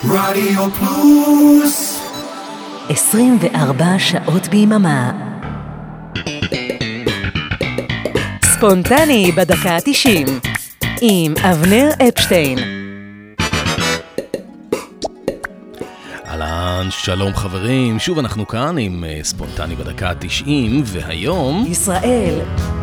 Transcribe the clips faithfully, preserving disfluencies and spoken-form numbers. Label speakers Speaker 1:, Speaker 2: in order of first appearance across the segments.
Speaker 1: רדיו פלוס
Speaker 2: עשרים וארבע שעות ביממה. ספונטני בדקה ה-תשעים עם אבנר אפשטיין.
Speaker 3: אהלן, שלום חברים, שוב אנחנו כאן עם ספונטני בדקה ה-תשעים, והיום
Speaker 2: ישראל.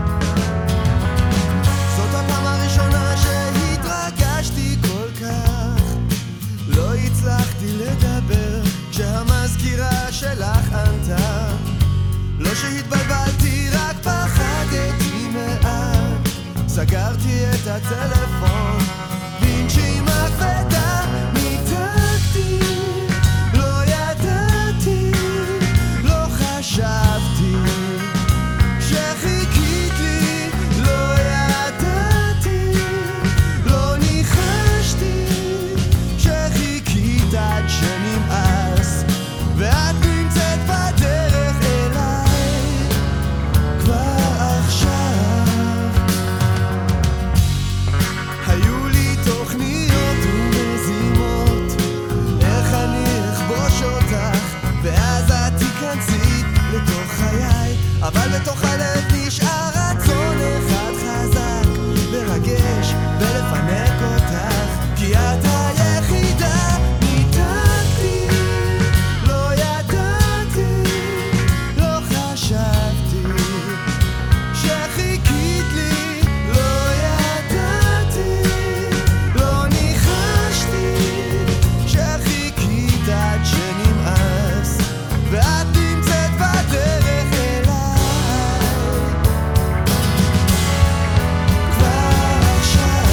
Speaker 4: זאת הפעם הראשונה שהתרגשתי כל כך, לא הצלחתי לדבר כשהמזכירה שלך ענתה, לא שהתבלבלתי, רק פחדתי מעט, סגרתי את הטלפון בנשימה כבדה, ניתקתי, לא ידעתי, לא חשבתי שחיכית לי, לא ידעתי, לא ניחשתי שחיכית עד שנמאס, ואת נמצאת בדרך אליי כבר עכשיו. היו לי תוכניות ומזימות, איך אני אכבוש אותך, ואז את תיכנסי לתוך חיי, אבל בתוך הלב נשאר רצון אחד חזק, לרגש ולפנק אותך, כי את היחידה. ניתקתי, לא ידעתי, לא חשבתי שחיכית לי, לא ידעתי, לא ניחשתי שחיכית עד שנמאס, ואת נמצאת בדרך אליי כבר עכשיו.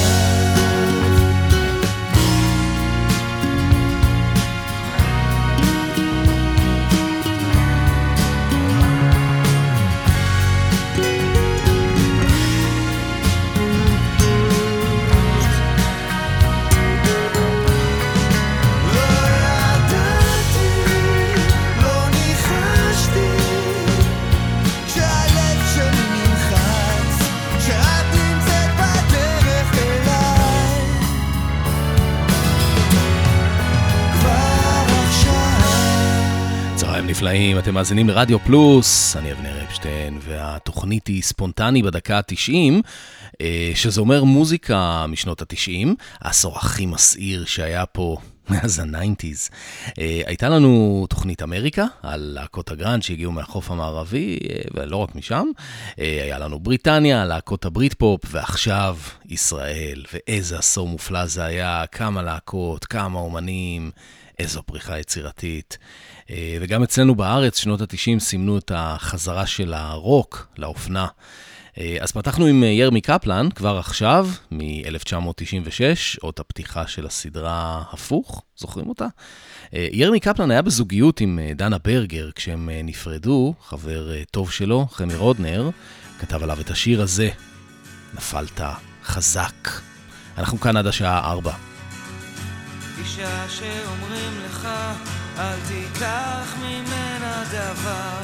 Speaker 4: לא ידעתי, לא ניחשתי, כשהלב שלי נלחץ, שאת נמצאת בדרך אליי כבר עכשיו.
Speaker 3: צהריים נפלאים, אתם מאזינים לרדיו פלוס, אני אבנר אפשטיין, והתוכנית היא ספונטני בדקה ה-תשעים, אה, שזה אומר מוזיקה משנות ה-תשעים, העשור הכי מסעיר שהיה פה מאז ה-תשעים. אה, הייתה לנו תוכנית אמריקה על להקות הגרנד שהגיעו מהחוף המערבי, אה, ולא רק משם. אה, היה לנו בריטניה, להקות הברית פופ, ועכשיו ישראל, ואיזה עשור מופלא זה היה, כמה להקות, כמה אומנים, איזו פריחה יצירתית. אה, וגם אצלנו בארץ, שנות ה-תשעים סימנו את החזרה של הרוק לאופנה. אה, אז פתחנו עם ירמי קפלן, כבר עכשיו, מ-אלף תשע מאות תשעים ושש, אות הפתיחה של הסדרה הפוך, זוכרים אותה? אה, ירמי קפלן היה בזוגיות עם אה, דנה ברגר, כשהם אה, נפרדו, חבר אה, טוב שלו, חמי רודנר, כתב עליו את השיר הזה, נפלת חזק. אנחנו כאן עד השעה ארבע.
Speaker 5: אישה שאומרים לך אל תיקח ממנה דבר,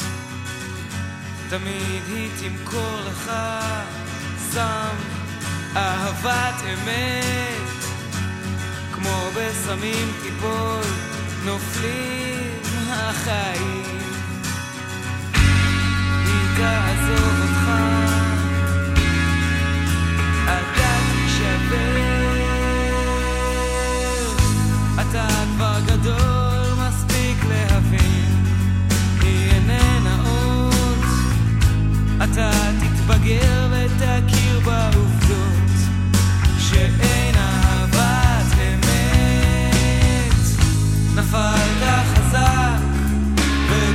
Speaker 5: תמיד היא תמכור לך סם אהבת אמת, כמו בסמים תיפול נופלים החיים, היא תעזוב אותך, אתה תשבר, אתה כבר גדול מספיק להבין, היא איננה עוד, אתה תתבגר ותכיר בעובדות, שאין אהבת אמת, נפלת חזק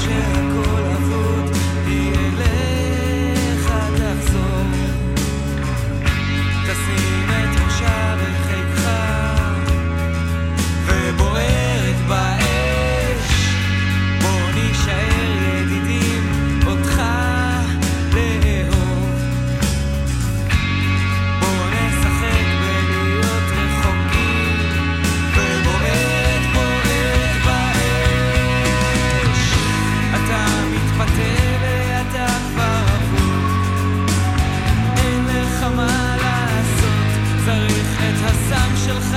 Speaker 5: שהכל אבוד, היא אליך תחזור. תשים את ראשה בחיקך ובוערת באש, בוא נשאר ידידים אותך לאהוב. בוא נשחק בלהיות רחוקים ובוערת בוערת באש. אתה מתפתה ואתה כבר אבוד, אין לך מה לעשות, צריך את הסם שלך,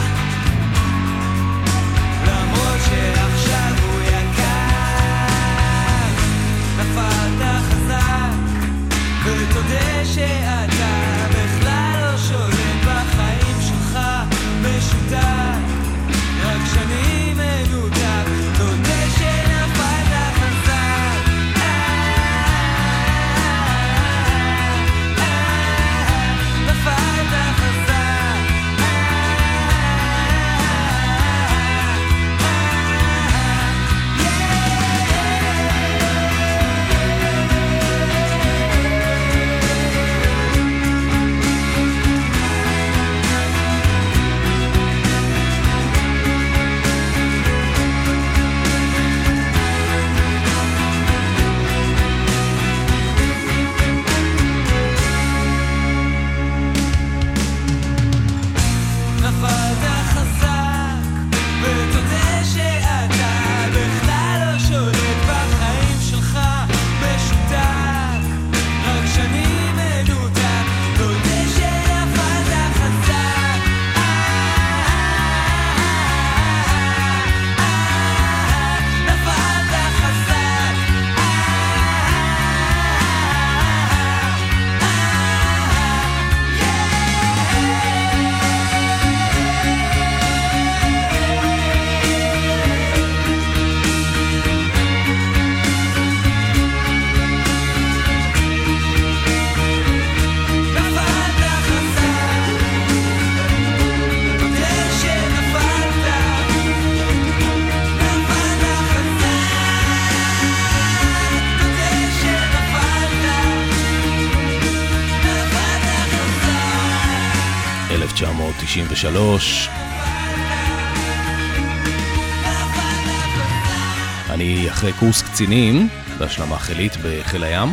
Speaker 5: למרות שעכשיו הוא יקר. נפלת חזק ותודה שאתה בכלל לא שולט בחיים שלך, משותק, רק שנים מנותק, תודה שנפלת חזק. נפלת חזק. נפלת חזק ותודה שאתה בכלל לא שולט בחיים שלך, משותק, רק שנים מנותק, תודה שנפלת חזק. נפלת חזק.
Speaker 3: אלף תשע מאות תשעים ושלוש. אני אחרי קורס קצינים בהשלמה חילית בחיל הים,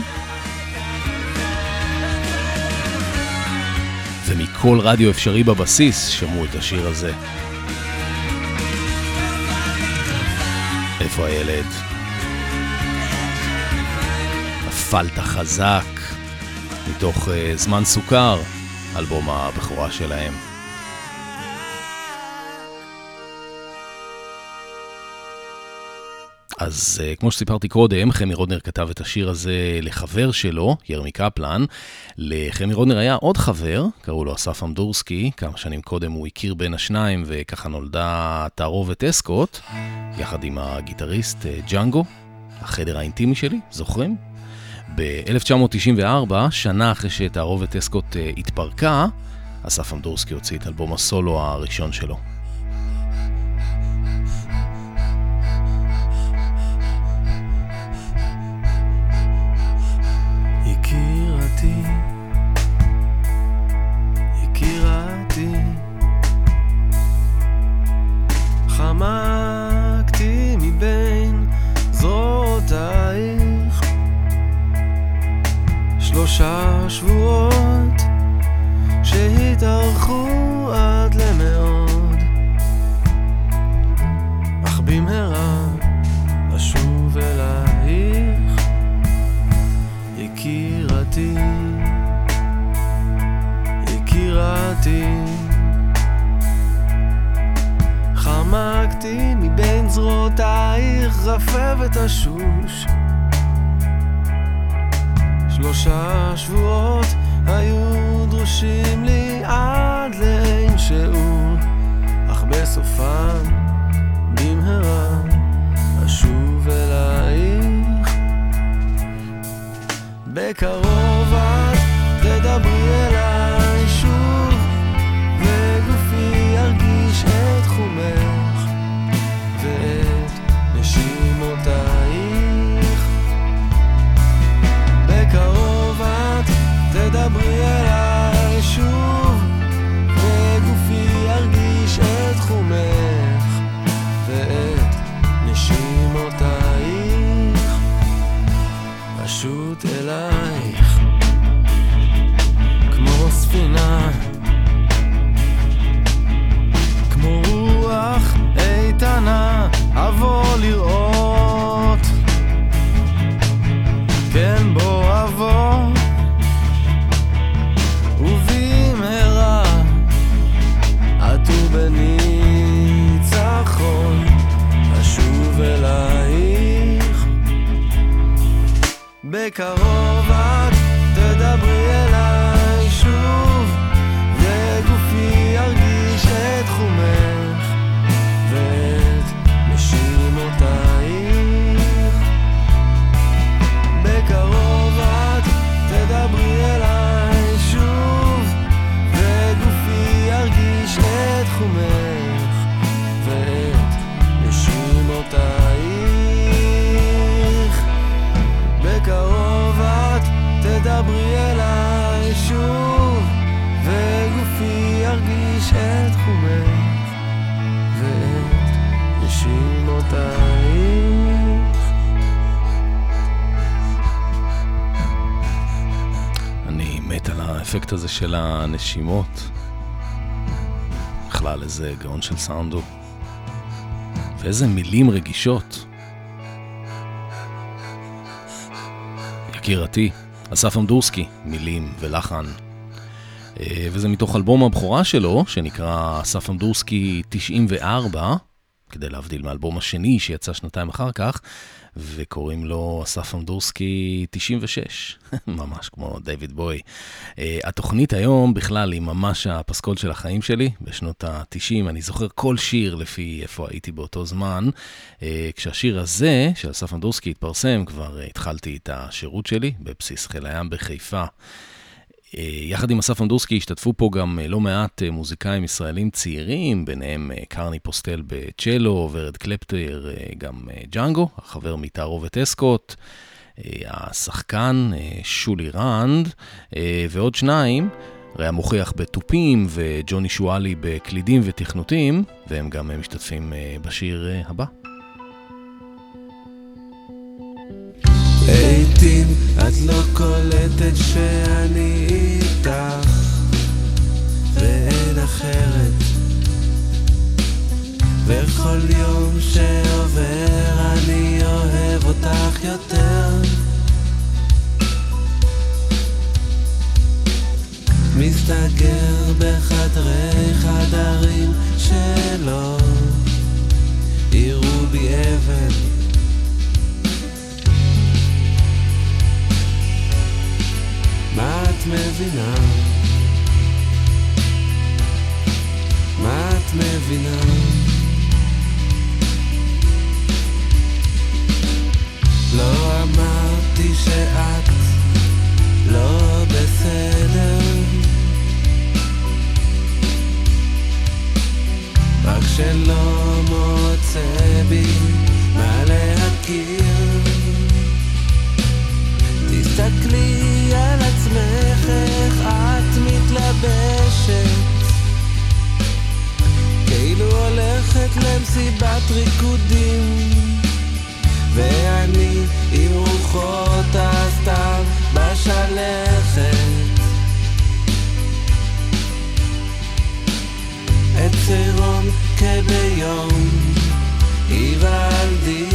Speaker 3: ומכל רדיו אפשרי בבסיס שמעו את השיר הזה. איפה הילד? נפלת חזק, מתוך uh, זמן סוכר, אלבום הבכורה שלהם. אז uh, כמו שסיפרתי קודם, חמי רודנר כתב את השיר הזה לחבר שלו, ירמי קפלן. לחמי רודנר היה עוד חבר, קראו לו אסף אמדורסקי, כמה שנים קודם הוא הכיר בין השניים, וככה נולדה תערובת אסקוט, יחד עם הגיטריסט uh, ג'אנגו, החדר האינטימי שלי, זוכרים? ב-אלף תשע מאות תשעים וארבע, שנה אחרי שתערובת אסקוט uh, התפרקה, אסף אמדורסקי הוציא את אלבום הסולו הראשון שלו.
Speaker 4: יקירתי, יקירתי, חמקתי מבין זרועותייך שלושה שבועות שהתארכו עד למאוד, אך במהרה אשוב אלייך יקירתי, יקירתי, חמקתי מבין זרועותייך רפבת השוש, שלושה שבועות היו דרושים לי עד לאין שיעור, אך בסופן במהרה אשוב אלייך. בקרוב את תדברי אליי שוב, וגופי ירגיש את חומך ואת נשימותייך. בקרוב את תדברי אליי שוב, וגופי ירגיש את חומך ואת נשימותייך. בקרוב את תדברי אליי שוב, וגופי ירגיש את חומך ואת נשימותייך. בקרוב את תדברי אליי שוב, וגופי ירגיש את חומך ואת נשימותייך.
Speaker 3: אני מת על האפקט הזה של הנשימות. בכלל איזה גאון של סאונדו. ואיזה מילים רגישות. יקירתי, אסף אמדורסקי, מילים ולחן. וזה מתוך אלבום הבכורה שלו, שנקרא אסף אמדורסקי תשעים וארבע, כדי להבדיל מהאלבום השני שיצא שנתיים אחר כך, וקוראים לו אסף אמדורסקי תשעים ושש, ממש כמו דיוויד בוי. התוכנית היום בכלל היא ממש הפסקול של החיים שלי, בשנות ה-תשעים, אני זוכר כל שיר לפי איפה הייתי באותו זמן. כשהשיר הזה של אסף אמדורסקי התפרסם, כבר התחלתי את השירות שלי בבסיס חיל הים בחיפה. יחד עם אסף אמדורסקי השתתפו פה גם לא מעט מוזיקאים ישראלים צעירים, ביניהם קרני פוסטל בצ'לו, ורד קלפטר, גם ג'אנגו, החבר מתערובת אסקוט, השחקן שולי רנד, ועוד שניים, ריה מוכיח בטופים וג'וני שואלי בקלידים ותכנותים, והם גם משתתפים בשיר הבא.
Speaker 4: לעתים את לא קולטת שאני איתך ואין אחרת, וכל יום שעובר אני אוהב אותך יותר. מסתגר בחדרי חדרים שלא יראו בי אבן, מה את מבינה? מה את מבינה? לא אמרתי שאת לא בסדר, רק שלא מוצא בי מה להכיר. תסתכלי על עצמך איך את מתלבשת, כאילו הולכת למסיבת ריקודים, ואני עם רוחות הסתיו בשלכת. את צירון כביום היוולדי,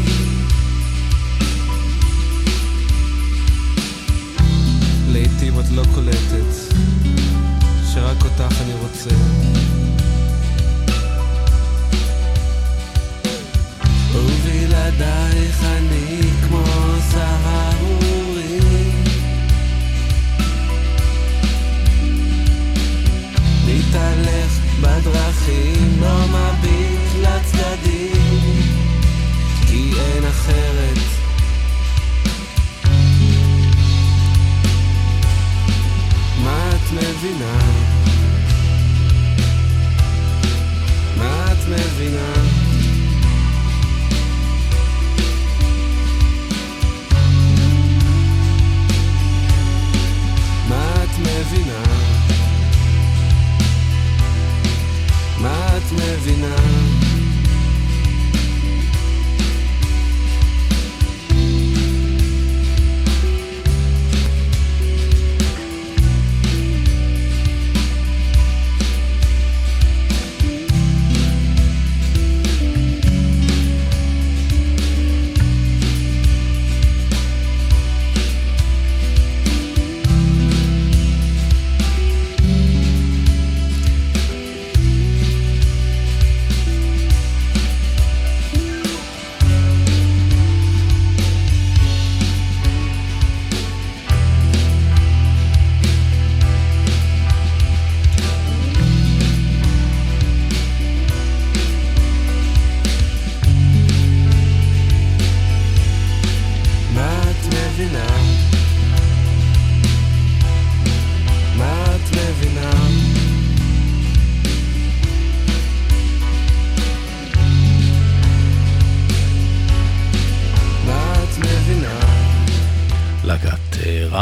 Speaker 4: לעתים את לא קולטת שרק אותך אני רוצה, ובלעדייך אני כמו שרה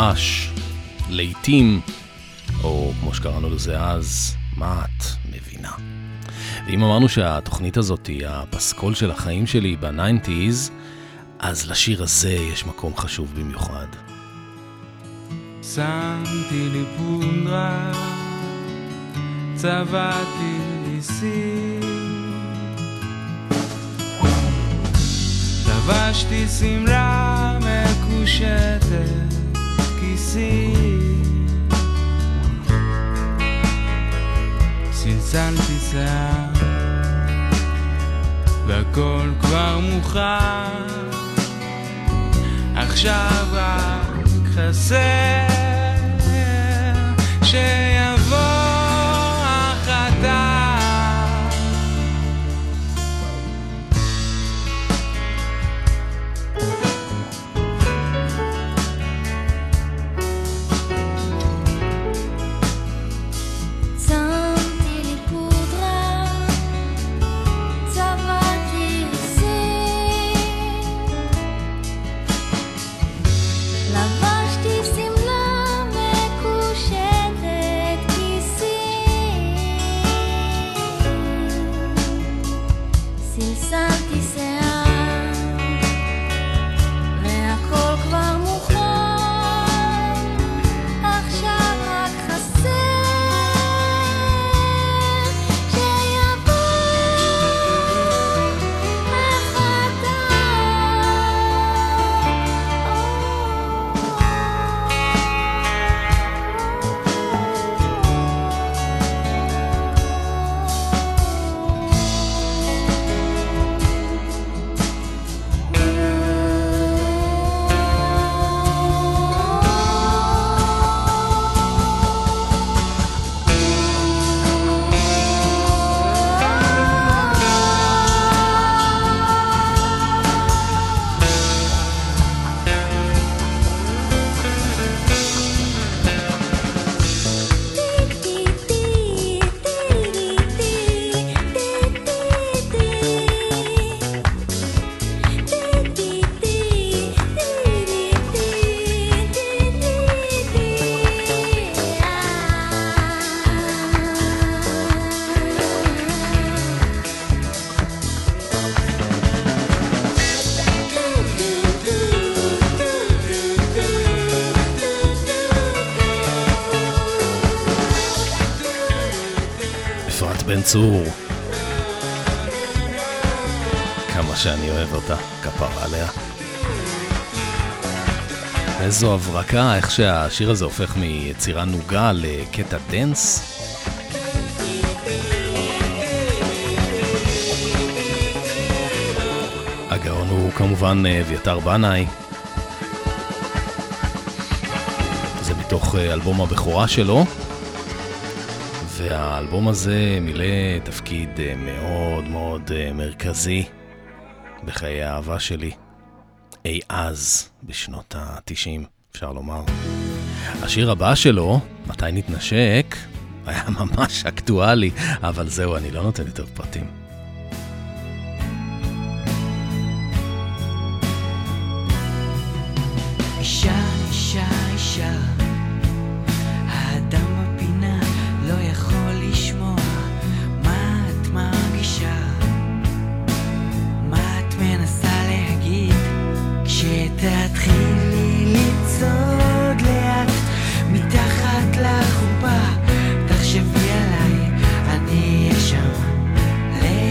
Speaker 3: חדש, לעתים, או כמו שקראנו לזה אז, מה את מבינה? ואם אמרנו שהתוכנית הזאת היא הפסקול של החיים שלי ב-תשעים, אז לשיר הזה יש מקום חשוב במיוחד.
Speaker 4: שמתי לי פונדרה, צבעתי לי סיר, לבשתי סמלה מקושטת כיסי, סלסלתי שיער והכל כבר מוכן, עכשיו רק חסר שיבוא החתן.
Speaker 3: בן צור, כמה שאני אוהב אותה, כפרה עליה. איזו הברקה, איך שהשיר הזה הופך מיצירה נוגה לקטע דנס. הגאון הוא כמובן אביתר בנאי. זה מתוך אלבום הבכורה שלו. והאלבום הזה מילא תפקיד מאוד מאוד מרכזי בחיי האהבה שלי. אי אז, בשנות ה-תשעים, אפשר לומר. השיר הבא שלו, מתי נתנשק, היה ממש אקטואלי, אבל זהו, אני לא נותן יותר פרטים.
Speaker 5: אישה, אישה, אישה, האדם בפינה לא יכול לשמוע מה את מרגישה, מה את מנסה להגיד כשתתחילי לצעוד לאט מתחת לחופה. תחשבי עליי, אני אהיה שם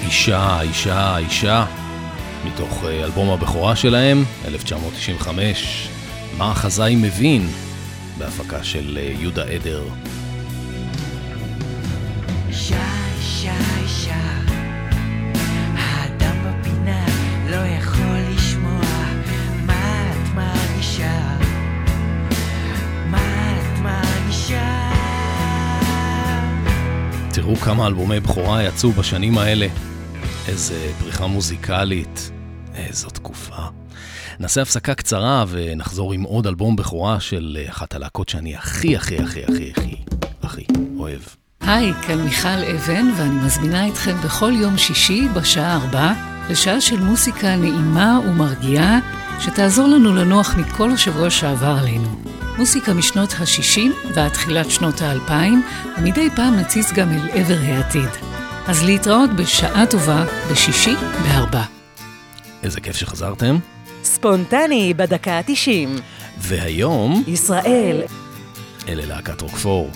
Speaker 3: אישה, אישה, אישה, מתוך אלבום הבכורה שלהם, אלף תשע מאות תשעים וחמש, מה החזאי מבין, בהפקה של יהודה עדר.
Speaker 5: אישה, אישה, אישה, האדם בפינה לא יכול לשמוע מה את מרגישה, מה את מרגישה.
Speaker 3: תראו כמה אלבומי בכורה יצאו בשנים האלה. איזה פריחה מוזיקלית, איזו תקופה. נעשה הפסקה קצרה ונחזור עם עוד אלבום בכורה של אחת הלהקות שאני הכי הכי הכי הכי הכי הכי אוהב.
Speaker 6: היי, כאן מיכל אבן ואני מזמינה אתכם בכל יום שישי בשעה ארבע לשעה של מוסיקה נעימה ומרגיעה שתעזור לנו לנוח מכל השבוע שעבר עלינו. מוסיקה משנות ה-שישים ועד תחילת שנות ה-אלפיים, ומדי פעם נציץ גם אל עבר העתיד. אז להתראות בשעה טובה בשישי בארבע.
Speaker 3: איזה כיף שחזרתם.
Speaker 2: ספונטני בדקה ה-תשעים.
Speaker 3: והיום
Speaker 2: ישראל.
Speaker 3: אלה להקת רוקפור.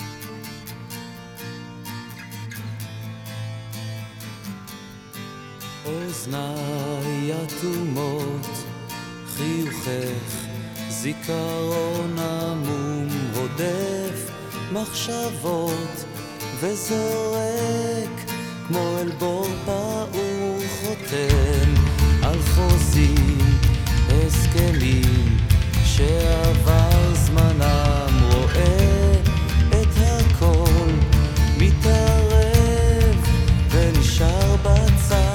Speaker 7: אוזניי אטומות, חיוכך, זיכרון עמום רודף מחשבות וזורק כמו אל בור פעור חותם על חוזים, הסכמים שעבר זמנם, רואה את הכל מתערב ונשאר בצד.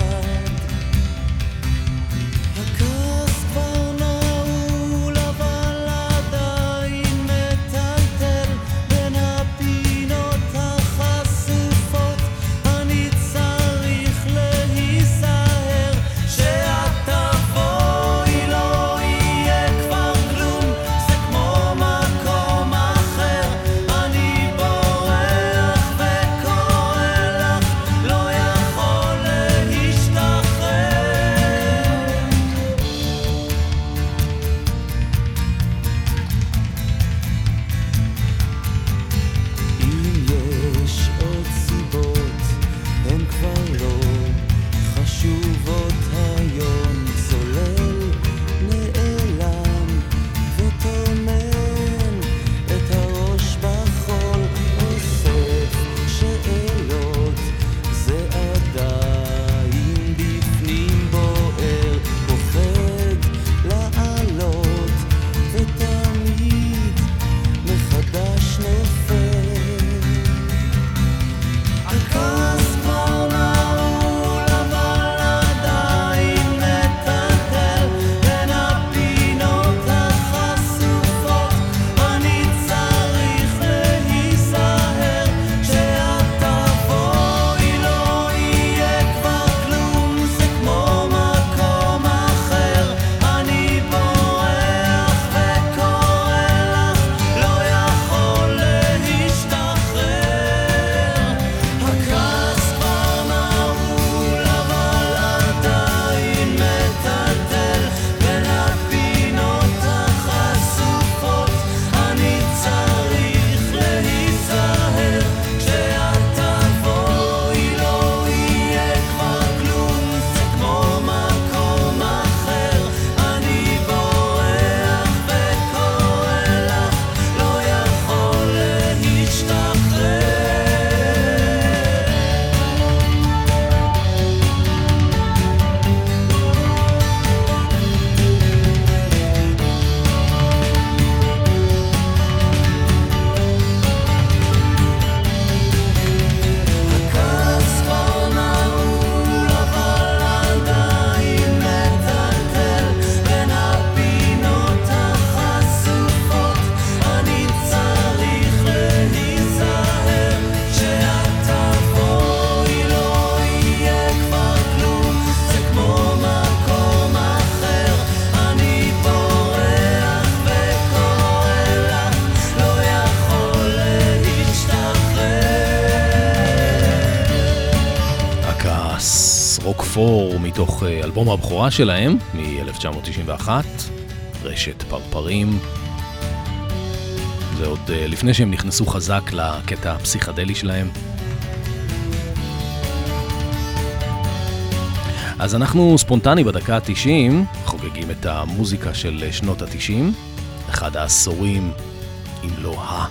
Speaker 3: רוקפור מתוך אלבום הבכורה שלהם מ-אלף תשע מאות תשעים ואחת, רשת פרפרים. זה עוד לפני שהם נכנסו חזק לקטע הפסיכדלי שלהם. אז אנחנו ספונטני בדקה ה-תשעים, חוגגים את המוזיקה של שנות ה-תשעים, אחד העשורים, אם לא ה.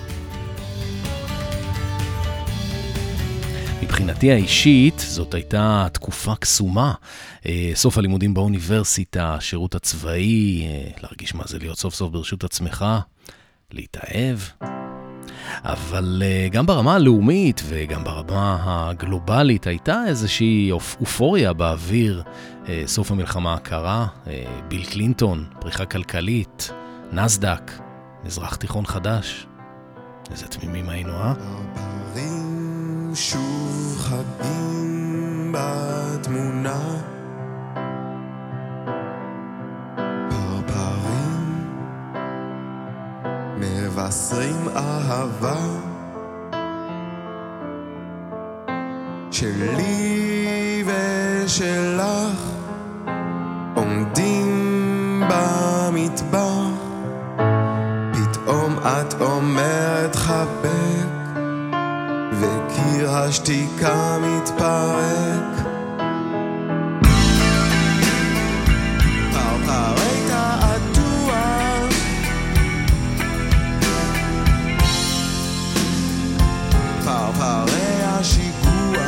Speaker 3: מבחינתי האישית, זאת הייתה תקופה קסומה. סוף הלימודים באוניברסיטה, השירות הצבאי, להרגיש מה זה להיות סוף סוף ברשות עצמך, להתאהב. אבל גם ברמה הלאומית וגם ברמה הגלובלית הייתה איזושהי אופוריה באוויר. סוף המלחמה הקרה, ביל קלינטון, פריחה כלכלית, נסדק, מזרח תיכון חדש. איזה תמימים היינו, אה?
Speaker 8: פרפרים שוב חגים בתמונה, פרפרים מבשרים אהבה שלי ושלך עומדים במטבח, פתאום את אומרת חבק וקיר השתיקה מתפרק. פרפרי תעתוע פרפרי השיגוע,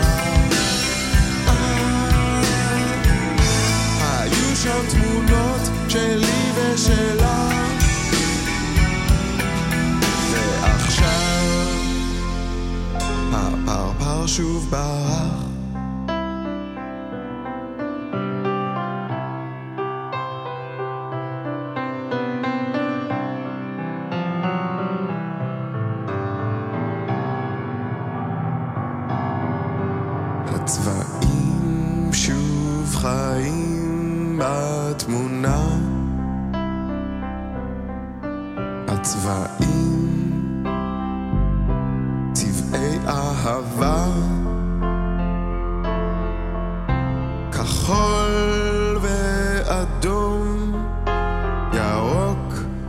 Speaker 8: היו שם תמונות שלי ושלה, ועכשיו הפרפר שוב ברח. הצבעים שוב חיים בתמונה, הצבעים צבעי אהבה, כחול ואדום, ירוק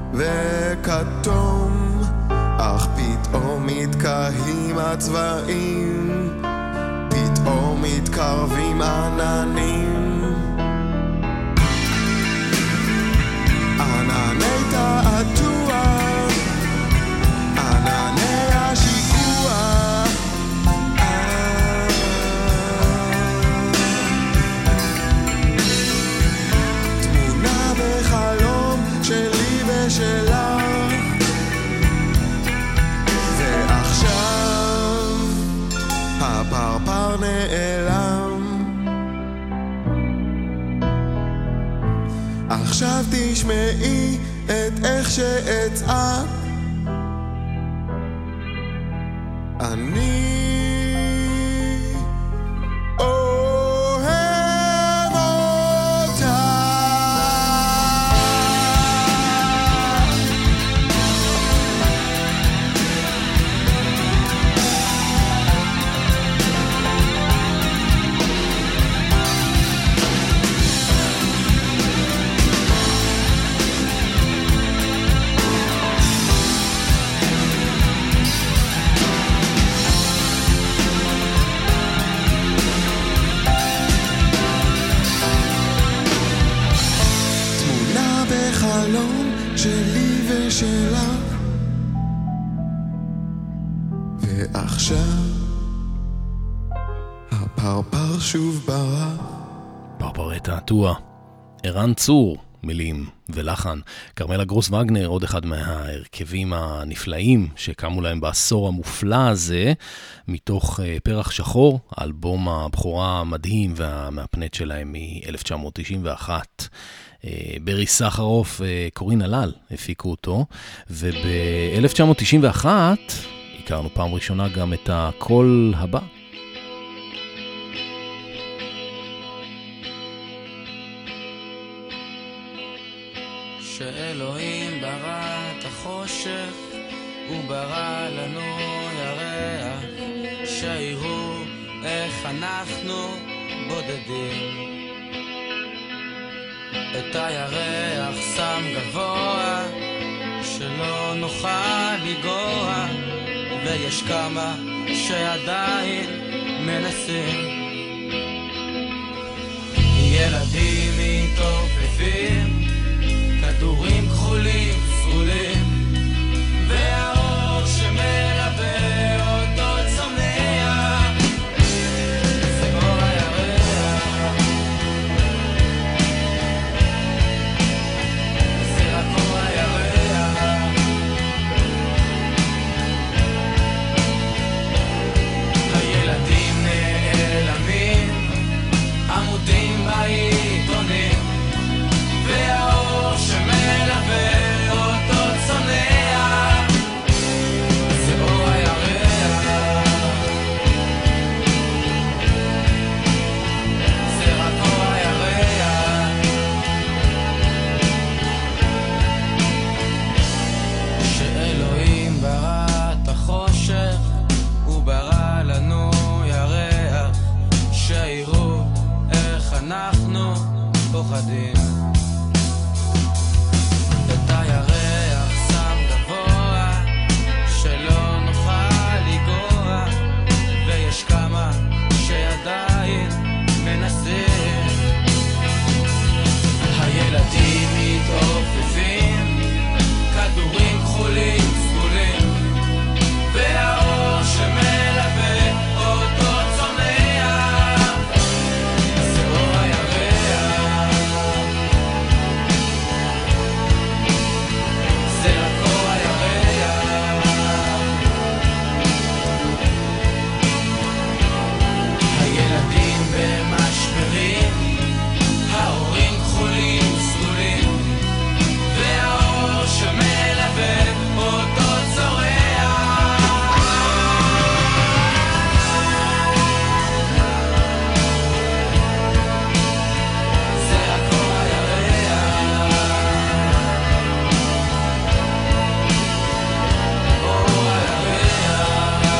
Speaker 8: וכתום, אך פתאום מתקהים הצבעים, פתאום מתקרבים עננים, ענני תעתוע, ענני השיגוע, תמונה בחלום שלי ושלך, ועכשיו הפרפר נעלם. עכשיו תשמעי את איך שאצעק, אני אוהב אותה. חלום שלי ושלך, ועכשיו הפרפר שוב ברח.
Speaker 3: פרפרי תעתוע, ערן צור, מילים ולחן, קרמלה גרוס וגנר, עוד אחד מההרכבים הנפלאים שקמו להם בעשור המופלא הזה, מתוך פרח שחור, אלבום הבכורה המדהים והמאפנט שלהם מ-אלף תשע מאות תשעים ואחת. ברי סחרוף וקורין הלל הפיקו אותו, וב-אלף תשע מאות תשעים ואחת הכרנו פעם ראשונה גם את הקול הבא.
Speaker 4: שאלוהים ברא את החושך, הוא ברא לנו ירח, שיראו איך אנחנו בודדים. את הירח שם גבוה, שלא נוכל לגוע, ויש כמה שעדיין מנסים. יהיה הילדים מתעופפים, כדורים כחולים סגולים, והאור שמלווה אותו צומח, זה אור הירח, זה רק אור הירח. הילדים נעלמים, עמודים בעיתונים, והאור שמלווה אותו צונח, זה אור הירח, זה רק אור הירח. שאלוהים ברא את החושך, הוא ברא לנו ירח, שיראו איך אנחנו פוחדים. את הירח שם גבוה, שלא נוכל לגוע, ויש כמה שעדיין מנסים. הילדים מתעופפים, כדורים כחולים סגולים, והאור שמלווה אותו צונח, זה אור הירח, זה רק אור הירח. הילדים במשברים, ההורים כחולים סגולים, והאור שמלווה אותו צורח, זה רק אור הירח, אור הירח.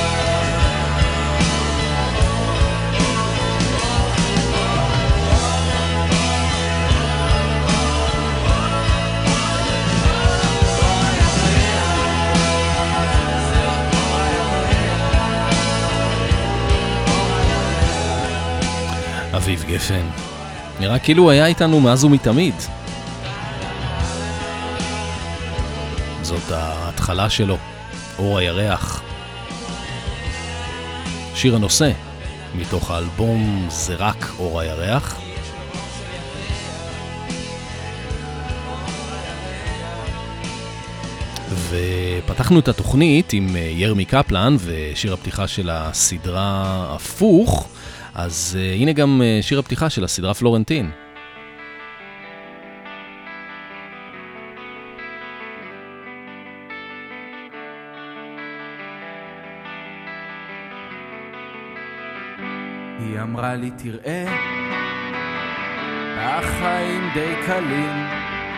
Speaker 3: אביב גפן, נראה כאילו הוא היה איתנו מאז ומתמיד. זאת ההתחלה שלו, אור הירח. שיר הנושא מתוך האלבום זה רק אור הירח. ופתחנו את התוכנית עם ירמי קפלן ושיר הפתיחה של הסדרה הפוך. אז uh, הנה גם uh, שיר הפתיחה של הסדרה פלורנטין.
Speaker 9: היא אמרה לי תראה, החיים די קלים,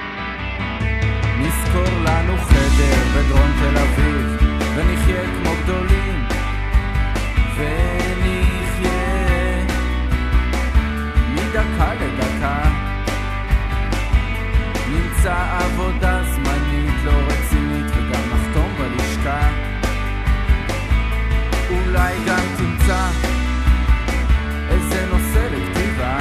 Speaker 9: נזכור לנו חדר בדרום תל אביב, ונחיה כמו גדולים, ונחיה מדקה לדקה, נמצא עבודה זמנית לא רצינית וגם נחתום בלשכה, אולי גם תמצא איזה נושא לכתיבה,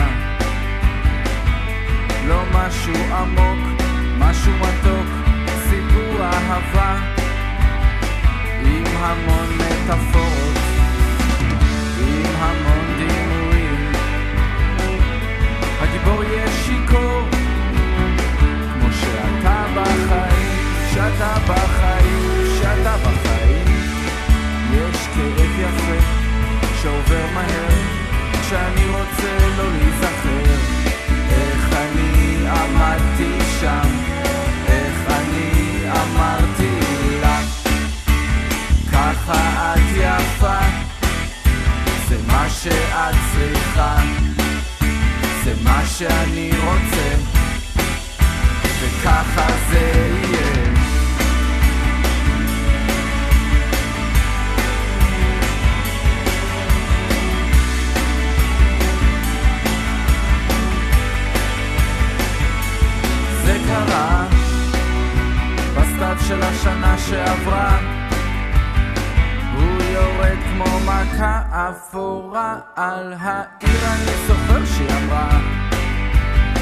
Speaker 9: לא משהו עמוק, משהו מתוק, סיפור אהבה עם המון מטאפורות, עם המון דימויים, הגיבור יהיה שיקור כמו שאתה בחיים, שאתה בחיים, שאתה בחיים. יש כאב יפה שעובר מהר כשאני רוצה לא להיזכר איך אני עמדתי שם, איך אני אמרתי לה ככה את יפה, זה מה שאת צריכה, זה מה שאני רוצה, וככה זה יהיה. זה קרה בסתיו של השנה שעברה, הוא יורד כמו מכה אפורה על העיר, אני זוכר שהיא אמרה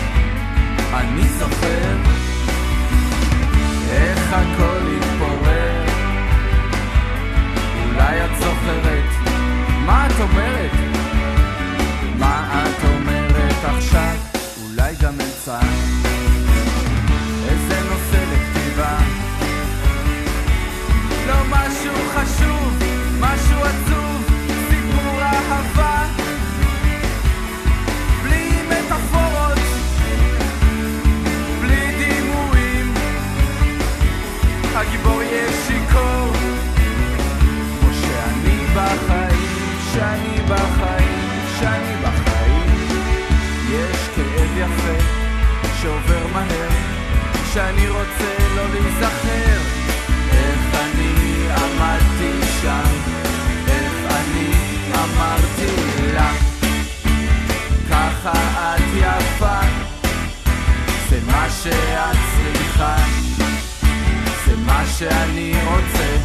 Speaker 9: שאני רוצה לא להיזכר איך אני עמדתי שם, איך אני אמרתי לה ככה את יפה, זה מה שאת צריכה, זה מה שאני רוצה,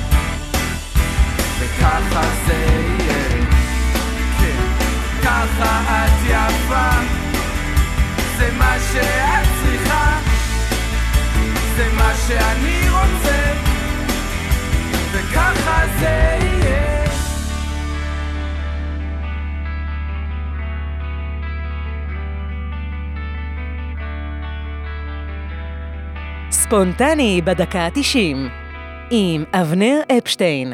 Speaker 9: וככה זה יהיה. כן, ככה את יפה, זה מה שאת צריכה, זה מה שאני רוצה, וככה זה יהיה.
Speaker 2: ספונטני בדקה ה-תשעים עם אבנר אפשטיין.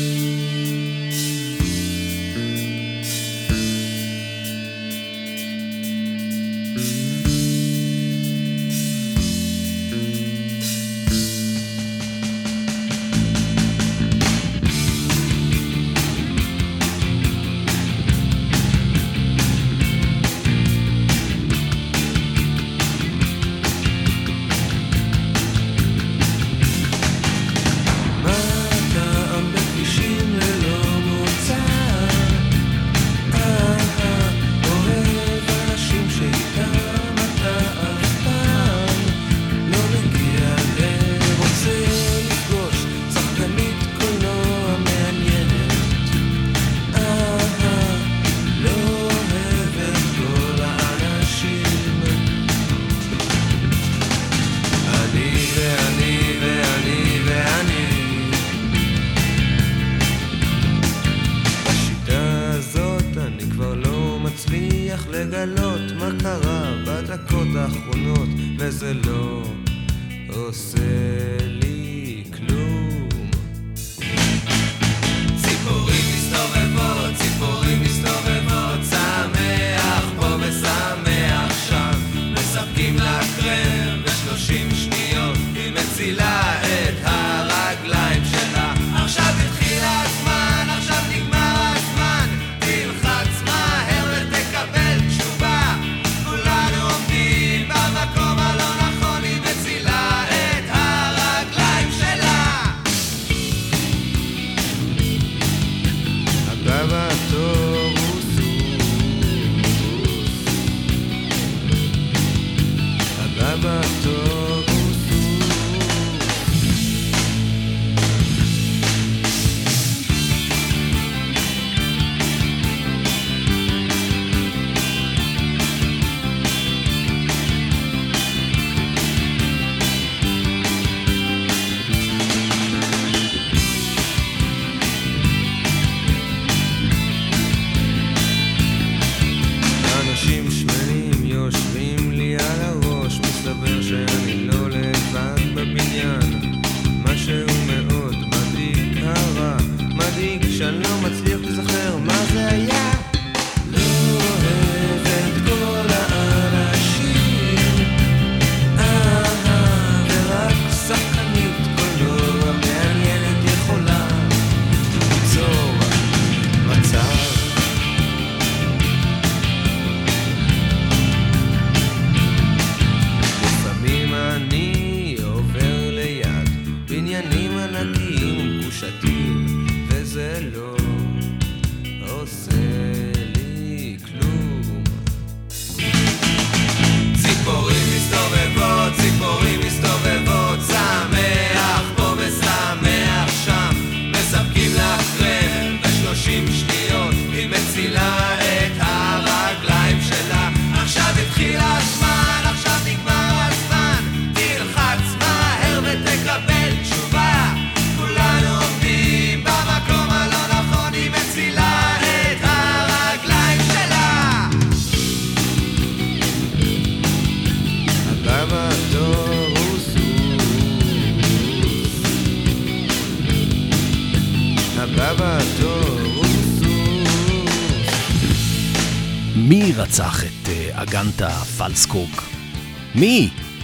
Speaker 3: מי רצח את אגנטה פלסקוק? מי?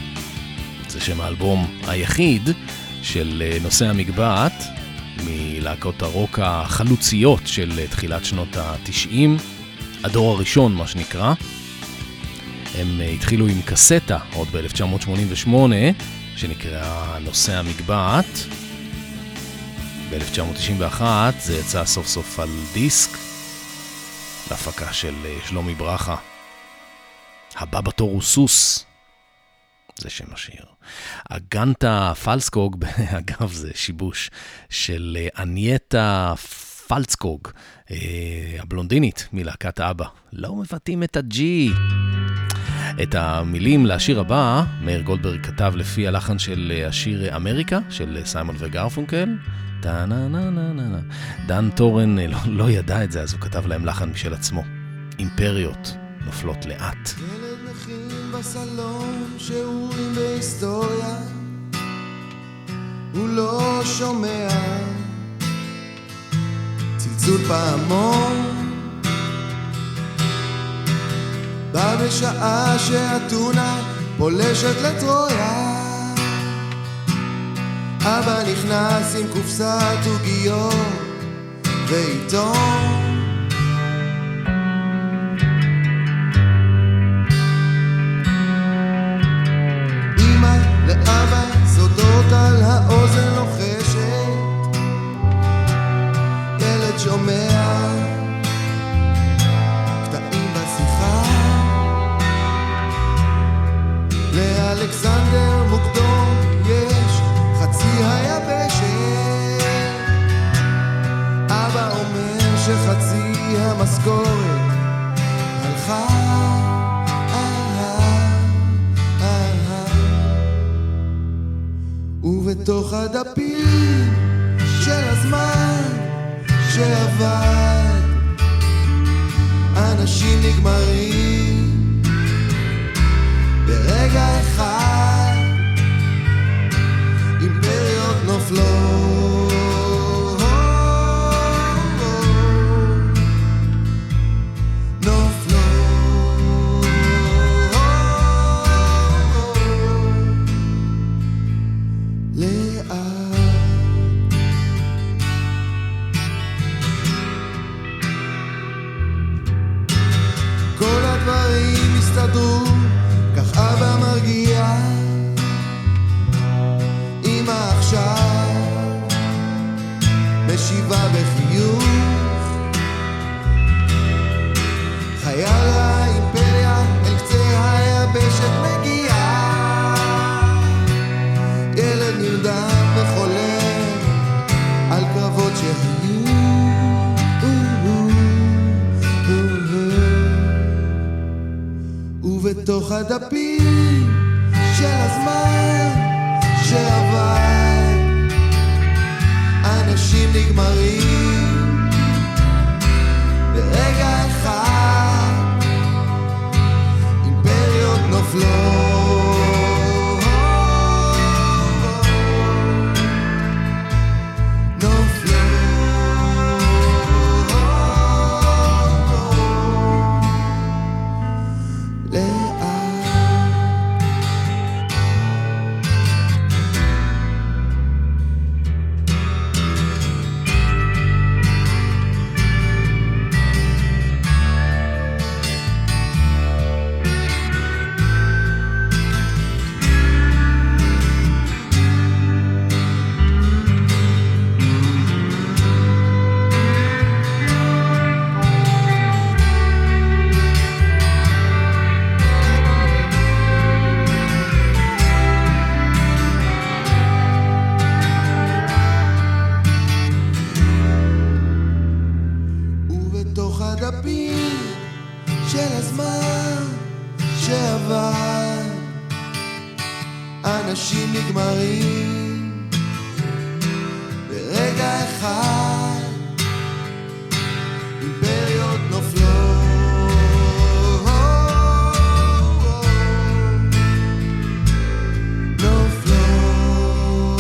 Speaker 3: זה שם האלבום היחיד של נושא המגבעת מלהקות הרוק החלוציות של תחילת שנות ה-תשעים, הדור הראשון מה שנקרא. הם התחילו עם קסטה עוד ב-אלף תשע מאות שמונים ושמונה, שנקרא נושא המגבעת. ב-אלף תשע מאות תשעים ואחת זה יצא סוף סוף על דיסק, להפקה של שלומי ברכה. הבא בתור הוא סוס, זה שם השיר. אגנטה פלסקוג, אגב זה שיבוש של אנייטה פלסקוג, הבלונדינית מלהקת אבא. לא מבטאים את הג'י. את המילים לשיר הבא מאיר גולדברג כתב לפי הלחן של השיר אמריקה של סיימון וגרפונקל. דן טורן לא, לא ידע את זה, אז הוא כתב להם לחן משל עצמו. אימפריות נופלות לאט.
Speaker 8: ילד מכין בסלון שיעורים בהיסטוריה, הוא לא שומע צלצול פעמון, בא בשעה שהטונה פולשת לטרויה, אבא נכנס עם קופסת עוגיות ועיתון, אמא לאבא סודות על האוזן לוחשת, ילד שומע קטעים בשיחה, לאלכסנדר מוקדום יש חצי היבשת, אבא אומר שחצי המשכורת הלכה, ובתוך הדפים של הזמן שעבד אנשים נגמרים ברגע אחד, אימפריות נופלות נופלות לאט. כל הדברים הסתדרו, כך אבא מרגיע, אמא עכשיו משיבה בחיוך, חייל האימפריה אל קצה היבשת מגיע, ילד נרדם וחולם על קרבות שהיו, ובתוך הדפים של הזמן שעבר אנשים נגמרים ברגע אחד, אימפריות נופלות אנשים נגמרים ברגע אחד, אימפריות נופלות נופלות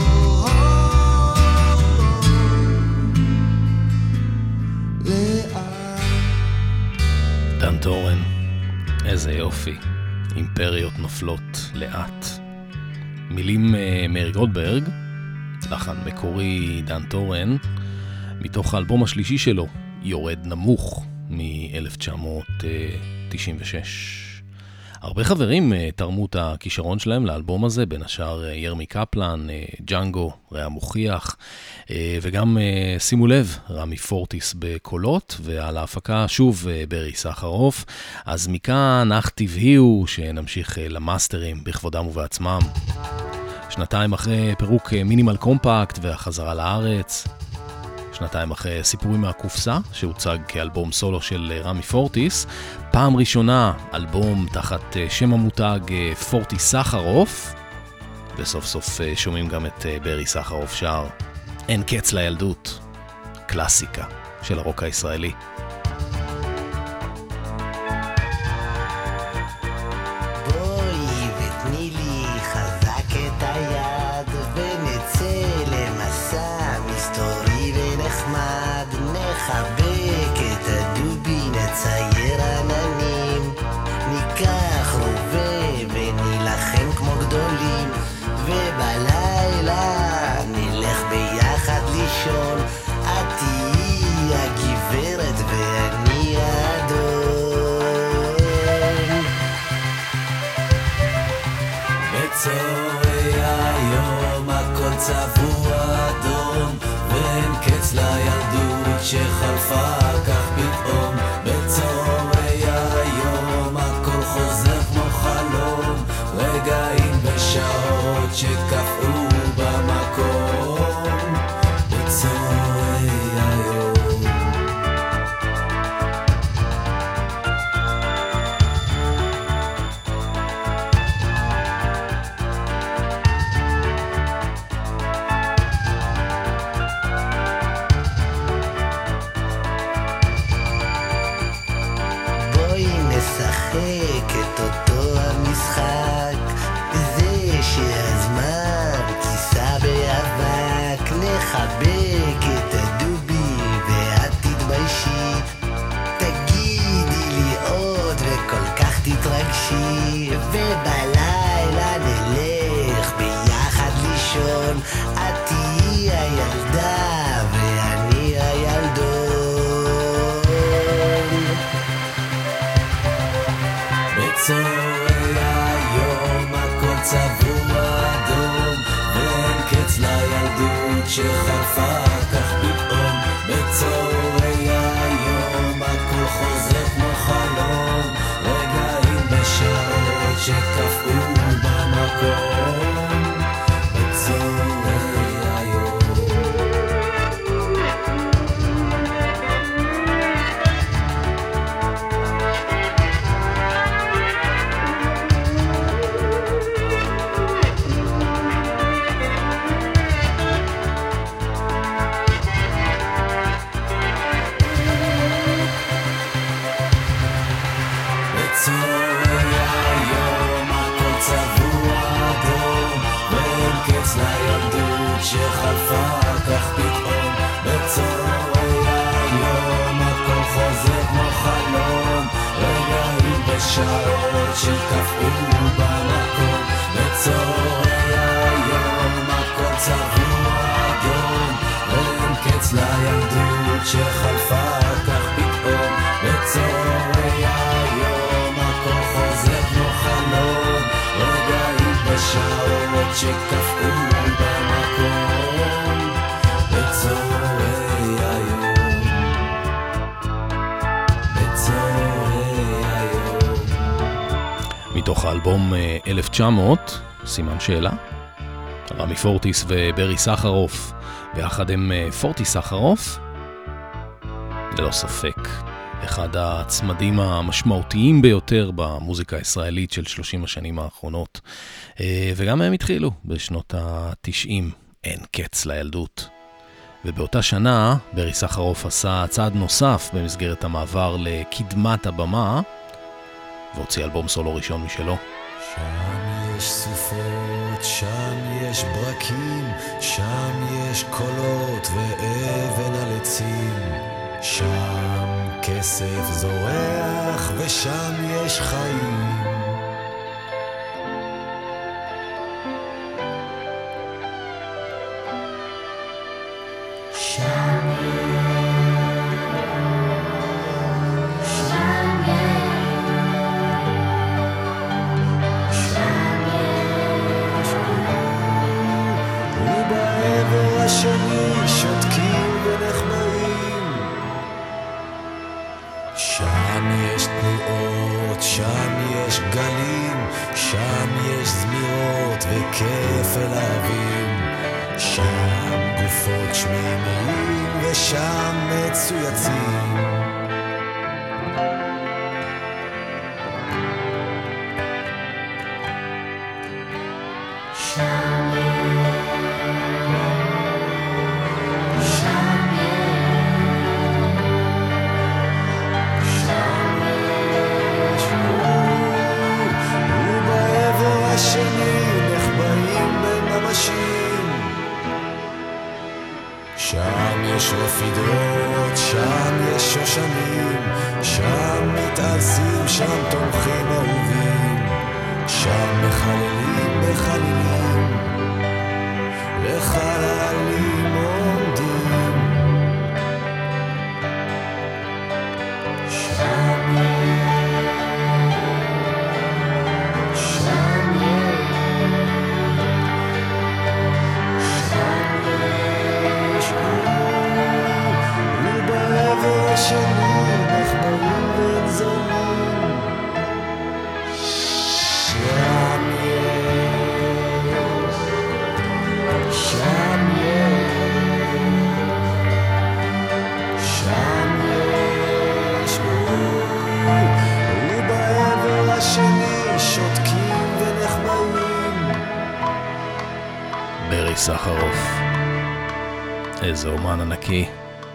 Speaker 8: לאט.
Speaker 3: דן טורן, איזה יופי, אימפריות נופלות לאט. מילים מאיר גולדברג, לחן מקורי דן טורן, מתוך האלבום השלישי שלו, יורד נמוך, מ-אלף תשע מאות תשעים ושש. הרבה חברים תרמו את הכישרון שלהם לאלבום הזה, בין השאר ירמי קפלן, ג'אנגו, רע מוכיח, וגם, שימו לב, רמי פורטיס בקולות, ועל ההפקה שוב ברי סחרוף. אז מכאן אך טבעי הוא שנמשיך למאסטרים בכבודם ובעצמם. שנתיים אחרי פירוק מינימל קומפקט והחזרה לארץ, שנתיים אחרי סיפורים מהקופסה, שהוצג כאלבום סולו של רמי פורטיס, פעם ראשונה אלבום תחת שם המותג פורטיס סחרוף, וסוף סוף שומעים גם את ברי סחרוף שר אין קץ לילדות, קלאסיקה של הרוק הישראלי.
Speaker 10: נחבק את הדובי, נצייר עננים, ניקח רובה ונילחם כמו גדולים, ובלילה נלך ביחד לישון, את תהיי הגברת ואני האדון. בצהרי היום הכל צבוע אדום, ואין קץ לילדות שחלפה כך פתאום. בצהרי היום הכל חוזר כמו חלום, רגעים ושעות שקפאו במקום. בצהרי היום נשחק את אותו המשחק, זה שהזמן כיסה באבק, נחבק את הדובי ואת תתביישי, תגידי לי עוד וכל כך תתרגשי, ובלילה נלך ביחד לישון, את תהיי הילדה ואני הילדון. בצהרי היום הכל צבוע אדום, ואין קץ לילדות שחלפה כך פתאום. בצהרי היום הכל חוזר כמו חלום, רגעים ושעות שקפאו במקום. בצהרי היום שחלפה כך פתאום. בצהרי היום הכל חוזר כמו חלום, רגעים ושעות שקפאו במקום. בצהרי היום הכל צבוע אדום, ואין קץ לילדות שחלפה כך פתאום. בצהרי היום הכל חוזר כמו חלום, רגעים ושעות שקפאו במקום. בצהרי היום, בצהרי היום.
Speaker 3: מתוך האלבום אלף תשע מאות, סימן שאלה, רמי פורטיס וברי סחרוף, ביחד עם פורטיס סחרוף, ללא ספק אחד הצמדים המשמעותיים ביותר במוזיקה הישראלית של שלושים השנים האחרונות, וגם הם התחילו בשנות ה-תשעים, אין קץ לילדות. ובאותה שנה ברי סחרוף עשה צעד נוסף במסגרת המעבר לקדמת הבמה, והוציא אלבום סולו ראשון משלו.
Speaker 11: שם יש סופות, שם יש ברקים, שם יש קולות ואבן על עצים, שם כסף זורח ושם יש חיים. יש גלים, שם יש זמירות וכפל אווים, שם גופות שמימיים ושם מצויצים. יש רפידות, שם יש שושנים, שם מתעשים, שם תומכים אהובים, שם מחללים, מחללים, לחללים עומדים. שם שנים נחברים ונזונים, שם יש, שם יש, שם יש, ובעבר השני שותקים ונחברים.
Speaker 3: ברי סחרוף, איזה אומן ענקי.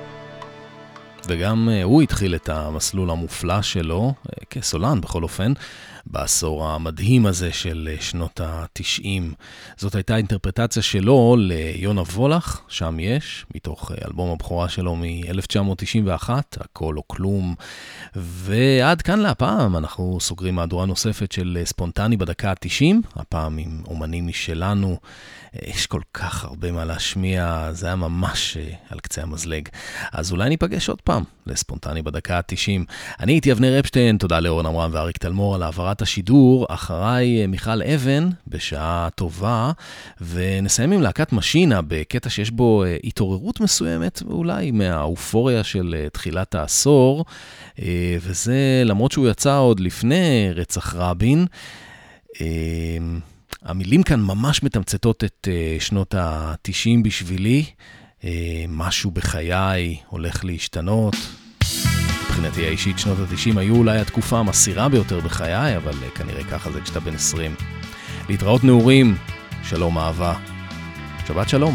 Speaker 3: וגם הוא התחיל את המסלול המופלא שלו, כסולן בכל אופן, בעשור המדהים הזה של שנות ה-תשעים. זאת הייתה אינטרפרטציה שלו ליונה וולך, שם יש, מתוך אלבום הבכורה שלו מ-אלף תשע מאות תשעים ואחת, הכל או כלום. ועד כאן להפעם, אנחנו סוגרים מהדורה נוספת של ספונטני בדקה ה-תשעים, הפעם עם אומנים משלנו. יש כל כך הרבה מה להשמיע, זה היה ממש על קצה המזלג. אז אולי ניפגש עוד פעם לספונטני בדקה ה-תשעים. אני הייתי אבנר אפשטיין, תודה לאורן אמרם ואריק תלמור על העברת השידור. אחריי מיכל אבן בשעה טובה, ונסיים עם להקת משינה בקטע שיש בו התעוררות מסוימת, אולי מהאופוריה של תחילת העשור, וזה למרות שהוא יצא עוד לפני רצח רבין. המילים כאן ממש מתמצתות את שנות ה-תשעים בשבילי. משהו בחיי הולך להשתנות. מבחינתי האישית שנות ה-תשעים היו אולי התקופה המסירה ביותר בחיי, אבל כנראה ככה זה כשאתה בן עשרים. להתראות נעורים, שלום אהבה. שבת שלום.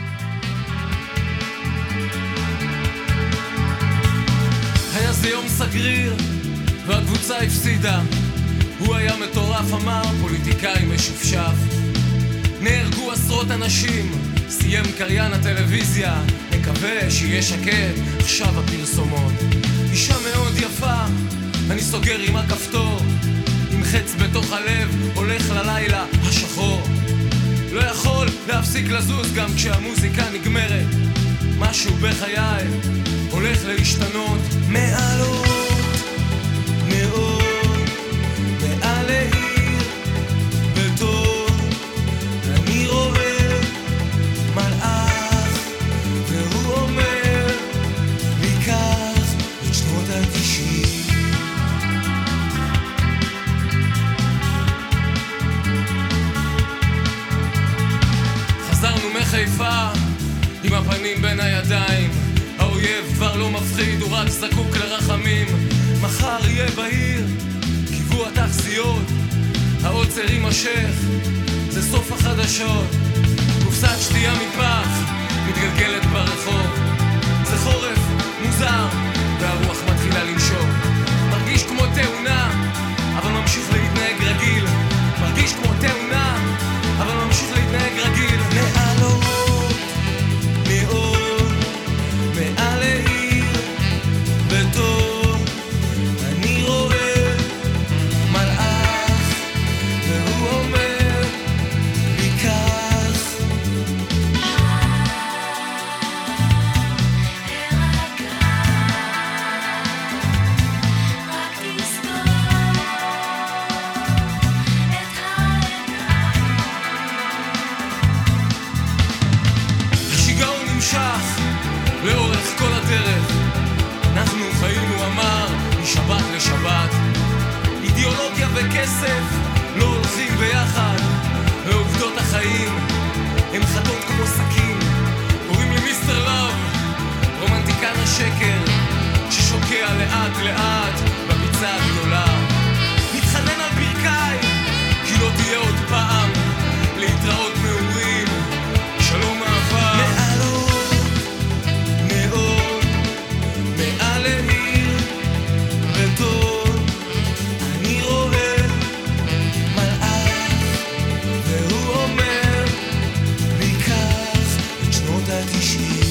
Speaker 4: היה זה יום סגריר והקבוצה הפסידה. הוא היה מטורף, אמר פוליטיקאי משופשף. נהרגו עשרות אנשים, סיים קריין הטלוויזיה, מקווה שיהיה שקט, עכשיו הפרסומות. אישה מאוד יפה, אני סוגר עם הכפתור, עם חץ בתוך הלב, הולך ללילה השחור. לא יכול להפסיק לזוז גם כשהמוזיקה נגמרת. משהו בחיי הולך להשתנות. מעלות מאוד מעל העיר בטור אני רואה מלאך, והוא אומר לי קח את שנות ה-תשעים. חזרנו מחיפה עם הפנים בין הידיים, האויב כבר לא מפחיד, הוא רק זקוק לרחמים. מחר יהיה בהיר קיבוע תחזיות, העוצר יימשך, זה סוף החדשות. קופסת שתייה מפח מתגלגלת ברחוב, זה חורף מוזר והרוח מתחילה לנשור. מרגיש כמו תאונה אבל ממשיך להתנהג רגיל, מרגיש כמו תאונה אבל ממשיך להתנהג רגיל. מעלות מאוד מעל העיר בטור אני רואה מלאך, והוא אומר לי כך הרגע וכסף לא הולכים ביחד, ועובדות החיים הם חדות כמו סכין. קוראים לי מיסטר לב, רומנטיקן השקר ששוקע לאט לאט בביצה הגדולה. מתחנן על ברכיי כי לא תהיה עוד פעם, להתראות מעורים, שלום אהבה. מעלות מאוד, מעל העיר בטון, אני רואה מלאך והוא אומר לי קח את שנות התשעים.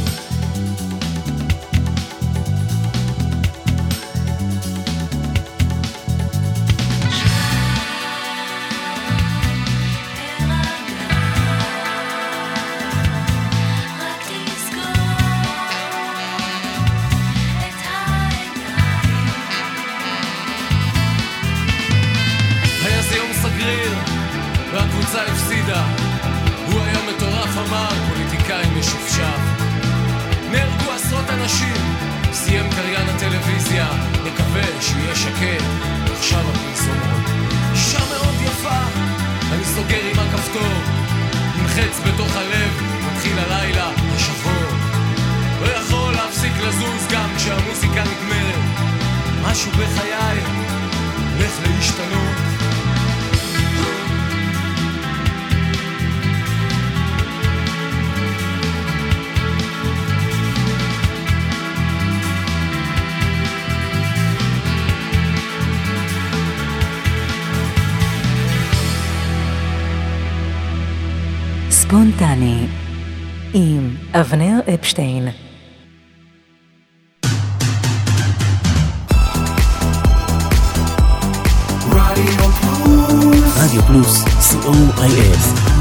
Speaker 4: והקבוצה הפסידה, הוא היה מטורף אמר, פוליטיקאי משופשף. נהרגו עשרות אנשים, סיים קריין הטלוויזיה, נקווה שיהיה שקט, עכשיו הפרסומות. אישה מאוד יפה, אני סוגר עם הכפתור, עם חץ בתוך הלב, מתחיל הלילה השחור. לא יכול להפסיק לזוז גם כשהמוזיקה נגמרת, משהו בחיי, לך להשתנות.
Speaker 2: ספונטני עם אבנר אפשטיין.
Speaker 1: רדיו פלוס,
Speaker 10: רדיו פלוס, סי או איי אס